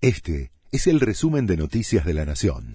Este es el resumen de Noticias de la Nación.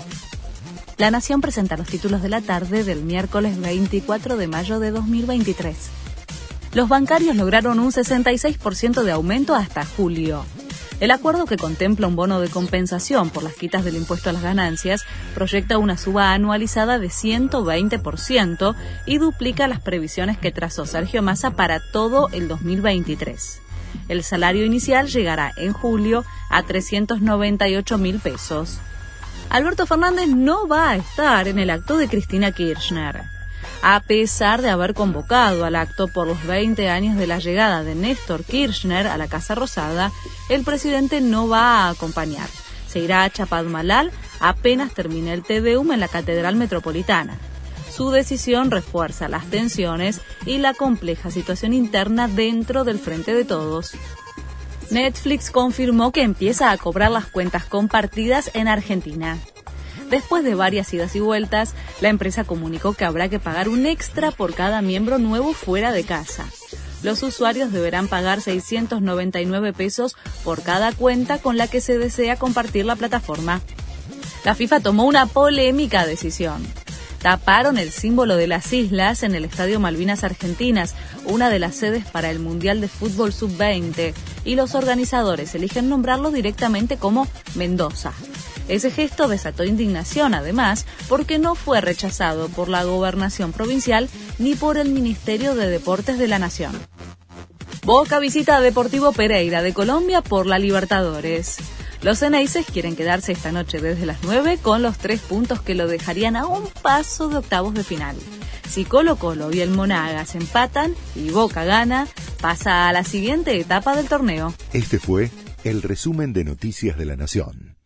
La Nación presenta los títulos de la tarde del miércoles 24 de mayo de 2023. Los bancarios lograron un 66% de aumento hasta julio. El acuerdo, que contempla un bono de compensación por las quitas del impuesto a las ganancias, proyecta una suba anualizada de 120% y duplica las previsiones que trazó Sergio Massa para todo el 2023. El salario inicial llegará en julio a 398.000 pesos. Alberto Fernández no va a estar en el acto de Cristina Kirchner. A pesar de haber convocado al acto por los 20 años de la llegada de Néstor Kirchner a la Casa Rosada, el presidente no va a acompañar. Se irá a Chapadmalal apenas termine el Te Deum en la Catedral Metropolitana. Su decisión refuerza las tensiones y la compleja situación interna dentro del Frente de Todos. Netflix confirmó que empieza a cobrar las cuentas compartidas en Argentina. Después de varias idas y vueltas, la empresa comunicó que habrá que pagar un extra por cada miembro nuevo fuera de casa. Los usuarios deberán pagar 699 pesos por cada cuenta con la que se desea compartir la plataforma. La FIFA tomó una polémica decisión. Taparon el símbolo de las islas en el Estadio Malvinas Argentinas, una de las sedes para el Mundial de Fútbol Sub-20, y los organizadores eligen nombrarlo directamente como Mendoza. Ese gesto desató indignación, además, porque no fue rechazado por la Gobernación Provincial ni por el Ministerio de Deportes de la Nación. Boca visita a Deportivo Pereira de Colombia por la Libertadores. Los Ceneices quieren quedarse esta noche desde las 9 con los 3 puntos que lo dejarían a un paso de octavos de final. Si Colo-Colo y el Monagas empatan y Boca gana, pasa a la siguiente etapa del torneo. Este fue el resumen de Noticias de la Nación.